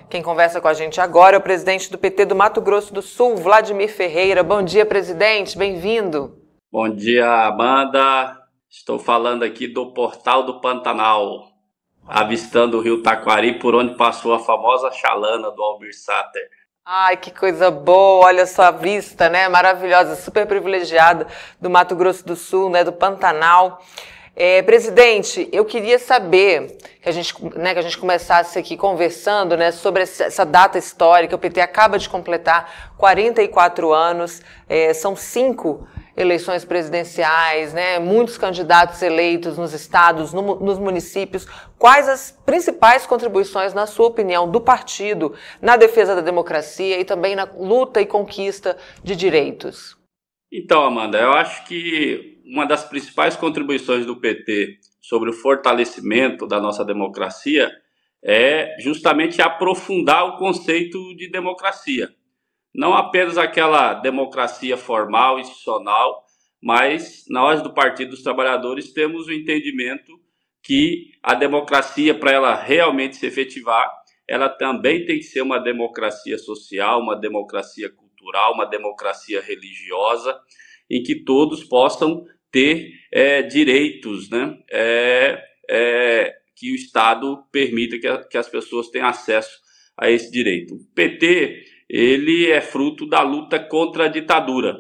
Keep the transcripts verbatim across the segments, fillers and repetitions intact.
Quem conversa com a gente agora é o presidente do P T do Mato Grosso do Sul, Vladimir Ferreira. Bom dia, presidente. Bem-vindo. Bom dia, Amanda. Estou falando aqui do Portal do Pantanal, avistando o rio Taquari, por onde passou a famosa chalana do Almir Sater. Ai, que coisa boa, olha só a vista, né, maravilhosa, super privilegiada do Mato Grosso do Sul, né, do Pantanal. É, presidente, eu queria saber que a gente, né, que a gente começasse aqui conversando, né, sobre essa data histórica. O P T acaba de completar quarenta e quatro anos, é, são cinco eleições presidenciais, né, muitos candidatos eleitos nos estados, no, nos municípios. Quais as principais contribuições, na sua opinião, do partido na defesa da democracia e também na luta e conquista de direitos? Então, Amanda, eu acho que uma das principais contribuições do P T sobre o fortalecimento da nossa democracia é justamente aprofundar o conceito de democracia. Não apenas aquela democracia formal, institucional, mas nós do Partido dos Trabalhadores temos o entendimento que a democracia, para ela realmente se efetivar, ela também tem que ser uma democracia social, uma democracia cultural, uma democracia religiosa, em que todos possam ter é, direitos, né? É, é, que o Estado permita que, a, que as pessoas tenham acesso a esse direito. O P T, ele é fruto da luta contra a ditadura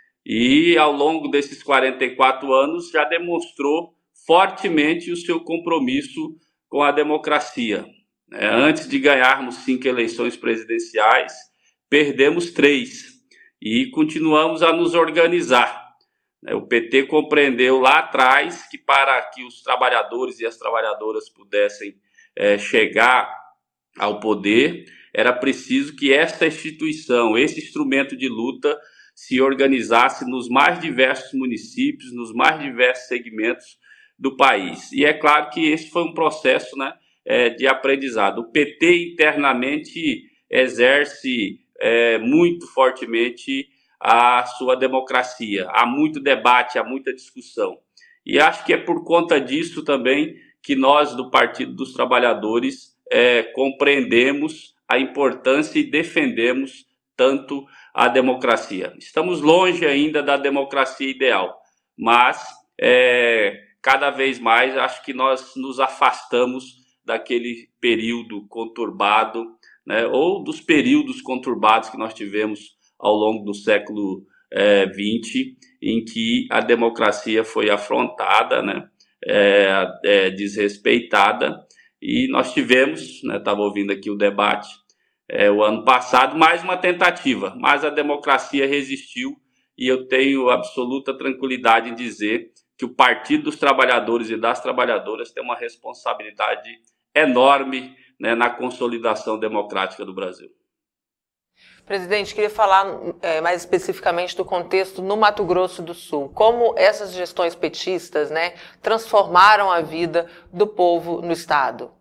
e, ao longo desses quarenta e quatro anos, já demonstrou fortemente o seu compromisso com a democracia. É, antes de ganharmos cinco eleições presidenciais, perdemos três e continuamos a nos organizar. O P T compreendeu lá atrás que, para que os trabalhadores e as trabalhadoras pudessem é, chegar ao poder, era preciso que esta instituição, esse instrumento de luta, se organizasse nos mais diversos municípios, nos mais diversos segmentos do país. E é claro que esse foi um processo, né, é, de aprendizado. O P T internamente exerce é, muito fortemente a sua democracia. Há muito debate, há muita discussão. E acho que é por conta disso também que nós, do Partido dos Trabalhadores, é, compreendemos a importância e defendemos tanto a democracia. Estamos longe ainda da democracia ideal, mas é, cada vez mais acho que nós nos afastamos daquele período conturbado, né, ou dos períodos conturbados que nós tivemos ao longo do século é, vinte, em que a democracia foi afrontada, né, é, é, desrespeitada, e nós tivemos, estava né, ouvindo aqui o debate, é, o ano passado, mais uma tentativa, mas a democracia resistiu, e eu tenho absoluta tranquilidade em dizer que o Partido dos Trabalhadores e das Trabalhadoras tem uma responsabilidade enorme, né, na consolidação democrática do Brasil. Presidente, queria falar é, mais especificamente do contexto no Mato Grosso do Sul. Como essas gestões petistas, né, transformaram a vida do povo no estado?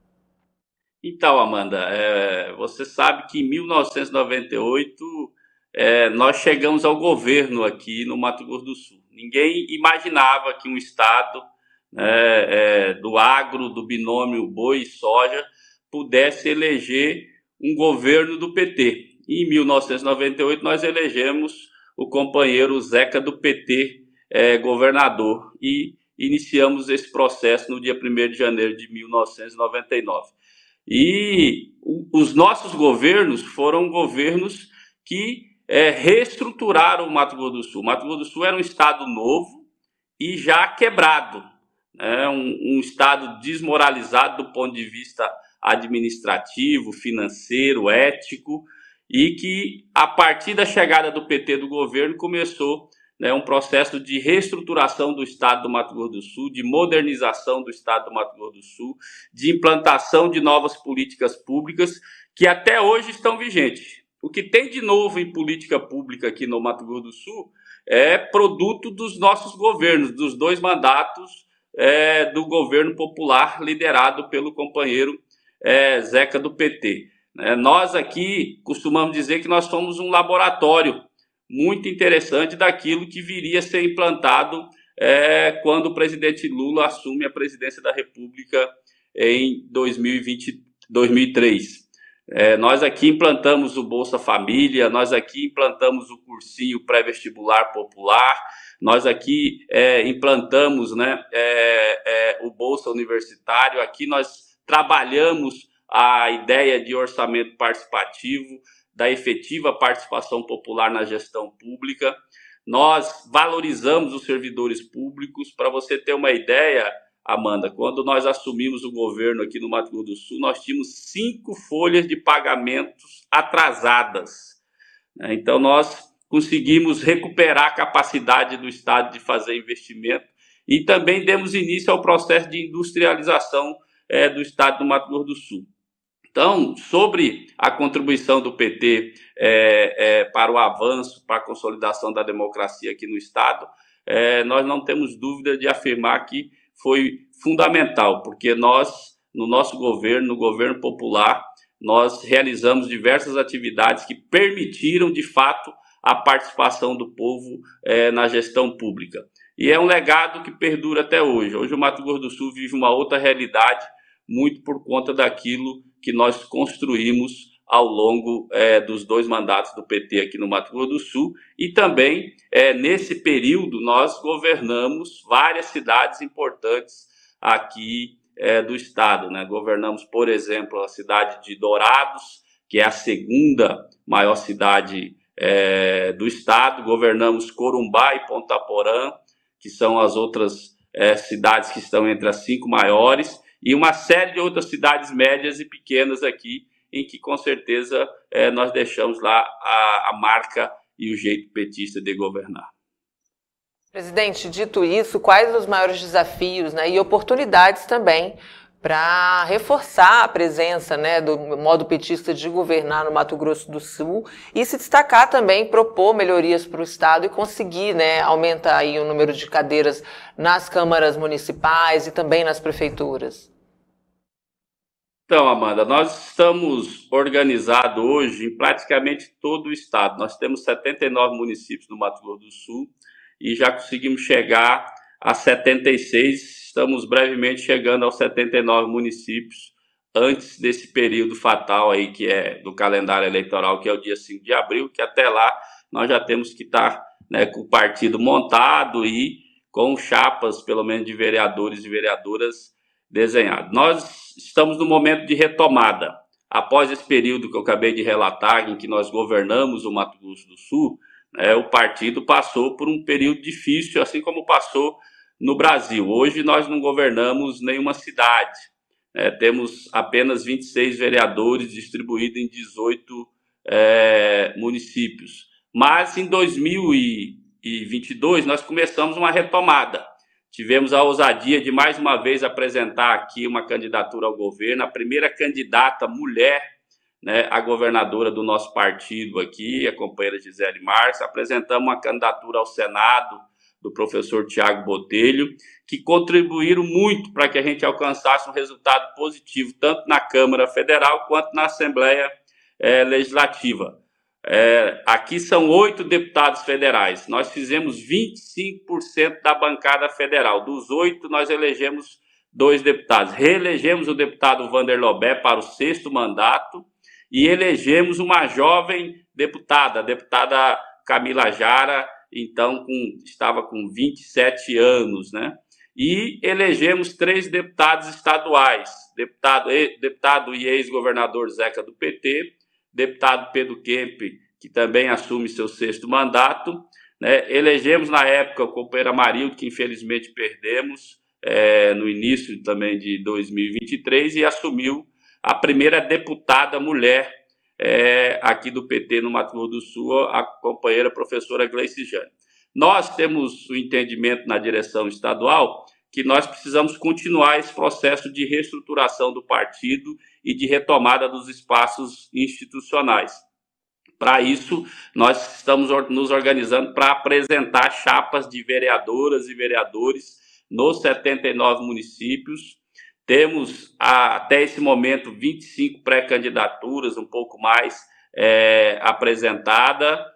Então, Amanda, é, você sabe que em mil novecentos e noventa e oito é, nós chegamos ao governo aqui no Mato Grosso do Sul. Ninguém imaginava que um estado né, é, do agro, do binômio boi e soja, pudesse eleger um governo do P T. Em mil novecentos e noventa e oito, nós elegemos o companheiro Zeca do P T é, governador e iniciamos esse processo no dia primeiro de janeiro de mil novecentos e noventa e nove. E os nossos governos foram governos que é, reestruturaram o Mato Grosso do Sul. O Mato Grosso do Sul era um estado novo e já quebrado, né? um, um estado desmoralizado do ponto de vista administrativo, financeiro, ético, e que, a partir da chegada do P T do governo, começou né, um processo de reestruturação do estado do Mato Grosso do Sul, de modernização do estado do Mato Grosso do Sul, de implantação de novas políticas públicas que até hoje estão vigentes. O que tem de novo em política pública aqui no Mato Grosso do Sul é produto dos nossos governos, dos dois mandatos é, do governo popular liderado pelo companheiro é, Zeca do P T. Nós aqui costumamos dizer que nós somos um laboratório muito interessante daquilo que viria a ser implantado é, quando o presidente Lula assume a presidência da República em dois mil e vinte, dois mil e três. É, nós aqui implantamos o Bolsa Família, nós aqui implantamos o cursinho pré-vestibular popular, nós aqui é, implantamos, né, é, é, o Bolsa Universitário, aqui nós trabalhamos a ideia de orçamento participativo, da efetiva participação popular na gestão pública. Nós valorizamos os servidores públicos. Para você ter uma ideia, Amanda, quando nós assumimos o governo aqui no Mato Grosso do Sul, nós tínhamos cinco folhas de pagamentos atrasadas. Então, nós conseguimos recuperar a capacidade do Estado de fazer investimento e também demos início ao processo de industrialização é, do Estado do Mato Grosso do Sul. Então, sobre a contribuição do P T é, é, para o avanço, para a consolidação da democracia aqui no Estado, é, nós não temos dúvida de afirmar que foi fundamental, porque nós, no nosso governo, no governo popular, nós realizamos diversas atividades que permitiram, de fato, a participação do povo é, na gestão pública. E é um legado que perdura até hoje. Hoje o Mato Grosso do Sul vive uma outra realidade, muito por conta daquilo que nós construímos ao longo é, dos dois mandatos do P T aqui no Mato Grosso do Sul, e também, é, nesse período, nós governamos várias cidades importantes aqui é, do estado, né? Governamos, por exemplo, a cidade de Dourados, que é a segunda maior cidade é, do estado, governamos Corumbá e Ponta Porã, que são as outras é, cidades que estão entre as cinco maiores, e uma série de outras cidades médias e pequenas aqui, em que com certeza é, nós deixamos lá a, a marca e o jeito petista de governar. Presidente, dito isso, quais os maiores desafios, né, e oportunidades também para reforçar a presença, né, do modo petista de governar no Mato Grosso do Sul e se destacar também, propor melhorias para o Estado e conseguir, né, aumentar aí o número de cadeiras nas câmaras municipais e também nas prefeituras? Então, Amanda, nós estamos organizados hoje em praticamente todo o estado. Nós temos setenta e nove municípios no Mato Grosso do Sul e já conseguimos chegar a setenta e seis. Estamos brevemente chegando aos setenta e nove municípios antes desse período fatal aí que é do calendário eleitoral, que é o dia cinco de abril, que até lá nós já temos que estar, né, com o partido montado e com chapas, pelo menos, de vereadores e vereadoras desenhado. Nós estamos no momento de retomada. Após esse período que eu acabei de relatar, em que nós governamos o Mato Grosso do Sul, né, o partido passou por um período difícil, assim como passou no Brasil. Hoje nós não governamos nenhuma cidade. É, temos apenas vinte e seis vereadores distribuídos em dezoito é, municípios. Mas em dois mil e vinte e dois nós começamos uma retomada. Tivemos a ousadia de mais uma vez apresentar aqui uma candidatura ao governo, a primeira candidata mulher, né, a governadora do nosso partido aqui, a companheira Gisele Marques. Apresentamos uma candidatura ao Senado do professor Tiago Botelho, que contribuíram muito para que a gente alcançasse um resultado positivo, tanto na Câmara Federal quanto na Assembleia é, Legislativa. É, aqui são oito deputados federais. Nós fizemos vinte e cinco por cento da bancada federal. Dos oito, nós elegemos dois deputados. Reelegemos o deputado Vander Lobé para o sexto mandato e elegemos uma jovem deputada, a deputada Camila Jara, então com, estava com vinte e sete anos, né? E elegemos três deputados estaduais, deputado, deputado e ex-governador Zeca do P T, deputado Pedro Kemp, que também assume seu sexto mandato, né? Elegemos na época o companheiro Amarildo, que infelizmente perdemos é, no início também de dois mil e vinte e três, e assumiu a primeira deputada mulher é, aqui do P T no Mato Grosso do Sul, a companheira professora Gleice Jane. Nós temos o entendimento na direção estadual que nós precisamos continuar esse processo de reestruturação do partido e de retomada dos espaços institucionais. Para isso, nós estamos nos organizando para apresentar chapas de vereadoras e vereadores nos setenta e nove municípios. Temos, até esse momento, vinte e cinco pré-candidaturas, um pouco mais, é, apresentada,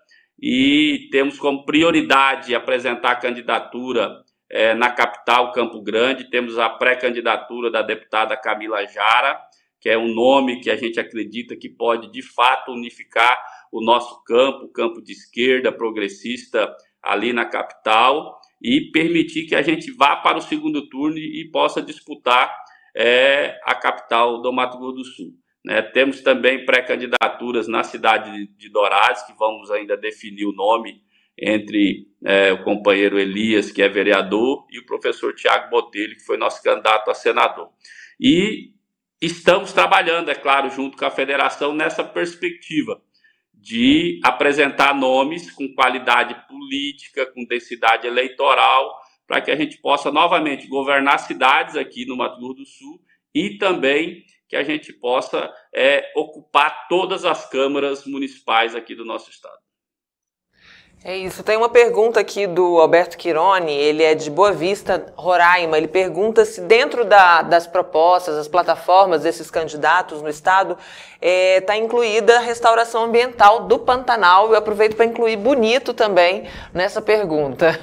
e temos como prioridade apresentar a candidatura é, na capital, Campo Grande. Temos a pré-candidatura da deputada Camila Jara, que é um nome que a gente acredita que pode, de fato, unificar o nosso campo, o campo de esquerda progressista ali na capital, e permitir que a gente vá para o segundo turno e possa disputar é, a capital do Mato Grosso do Sul. Né? Temos também pré-candidaturas na cidade de Dourados, que vamos ainda definir o nome entre é, o companheiro Elias, que é vereador, e o professor Tiago Botelho, que foi nosso candidato a senador. E estamos trabalhando, é claro, junto com a federação nessa perspectiva de apresentar nomes com qualidade política, com densidade eleitoral, para que a gente possa novamente governar cidades aqui no Mato Grosso do Sul e também que a gente possa é, ocupar todas as câmaras municipais aqui do nosso estado. É isso. Tem uma pergunta aqui do Alberto Quironi, ele é de Boa Vista, Roraima. Ele pergunta se dentro da, das propostas, das plataformas desses candidatos no estado, está é, incluída a restauração ambiental do Pantanal. Eu aproveito para incluir Bonito também nessa pergunta.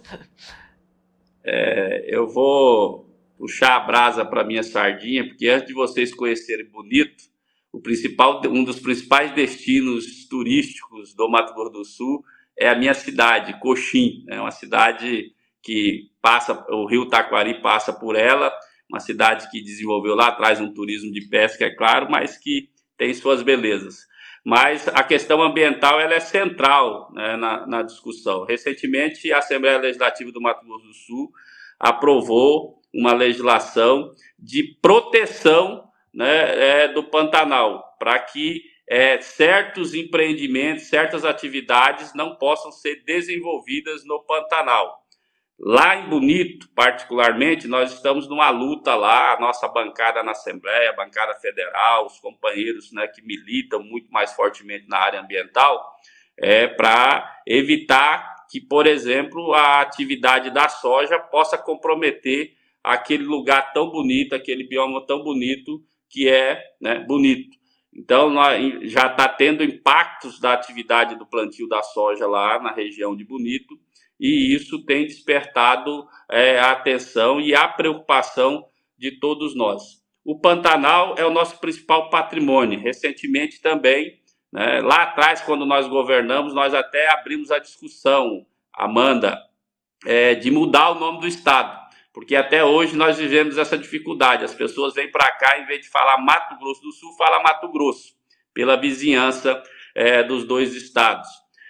É, eu vou puxar a brasa para minha sardinha, porque antes de vocês conhecerem Bonito, o principal, um dos principais destinos turísticos do Mato Grosso do Sul é a minha cidade, Coxim. É uma cidade que passa, o rio Taquari passa por ela, uma cidade que desenvolveu lá atrás um turismo de pesca, é claro, mas que tem suas belezas. Mas a questão ambiental ela é central, né, na, na discussão. Recentemente, a Assembleia Legislativa do Mato Grosso do Sul aprovou uma legislação de proteção, né, é, do Pantanal, para que É, certos empreendimentos, certas atividades não possam ser desenvolvidas no Pantanal. Lá em Bonito, particularmente, nós estamos numa luta lá, a nossa bancada na Assembleia, a bancada federal, os companheiros, né, que militam muito mais fortemente na área ambiental, é, para evitar que, por exemplo, a atividade da soja possa comprometer aquele lugar tão bonito, aquele bioma tão bonito que é, né, Bonito. Então, nós já está tendo impactos da atividade do plantio da soja lá na região de Bonito, e isso tem despertado é, a atenção e a preocupação de todos nós. O Pantanal é o nosso principal patrimônio. Recentemente também, né, lá atrás, quando nós governamos, nós até abrimos a discussão, Amanda, é, de mudar o nome do estado. Porque até hoje nós vivemos essa dificuldade. As pessoas vêm para cá, em vez de falar Mato Grosso do Sul, fala Mato Grosso, pela vizinhança é, dos dois estados.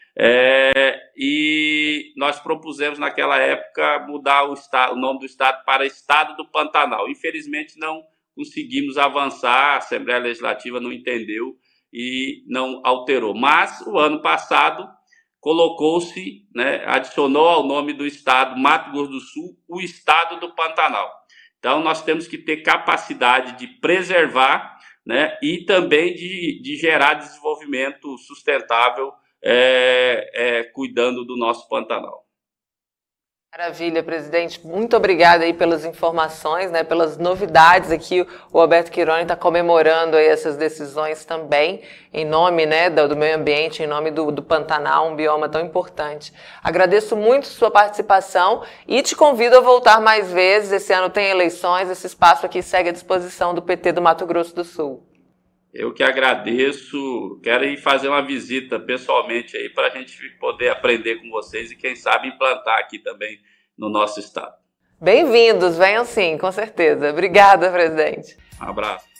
É, e nós propusemos naquela época mudar o, estado, o nome do estado para Estado do Pantanal. Infelizmente não conseguimos avançar, a Assembleia Legislativa não entendeu e não alterou. Mas o ano passado colocou-se, né, adicionou ao nome do estado Mato Grosso do Sul o estado do Pantanal. Então nós temos que ter capacidade de preservar, né, e também de, de gerar desenvolvimento sustentável, é, é, cuidando do nosso Pantanal. Maravilha, presidente. Muito obrigada aí pelas informações, né, pelas novidades aqui. O Alberto Quironi está comemorando aí essas decisões também, em nome, né, do, do meio ambiente, em nome do, do Pantanal, um bioma tão importante. Agradeço muito sua participação e te convido a voltar mais vezes. Esse ano tem eleições, esse espaço aqui segue à disposição do P T do Mato Grosso do Sul. Eu que agradeço, quero ir fazer uma visita pessoalmente aí para a gente poder aprender com vocês e quem sabe implantar aqui também no nosso estado. Bem-vindos, venham sim, com certeza. Obrigada, presidente. Um abraço.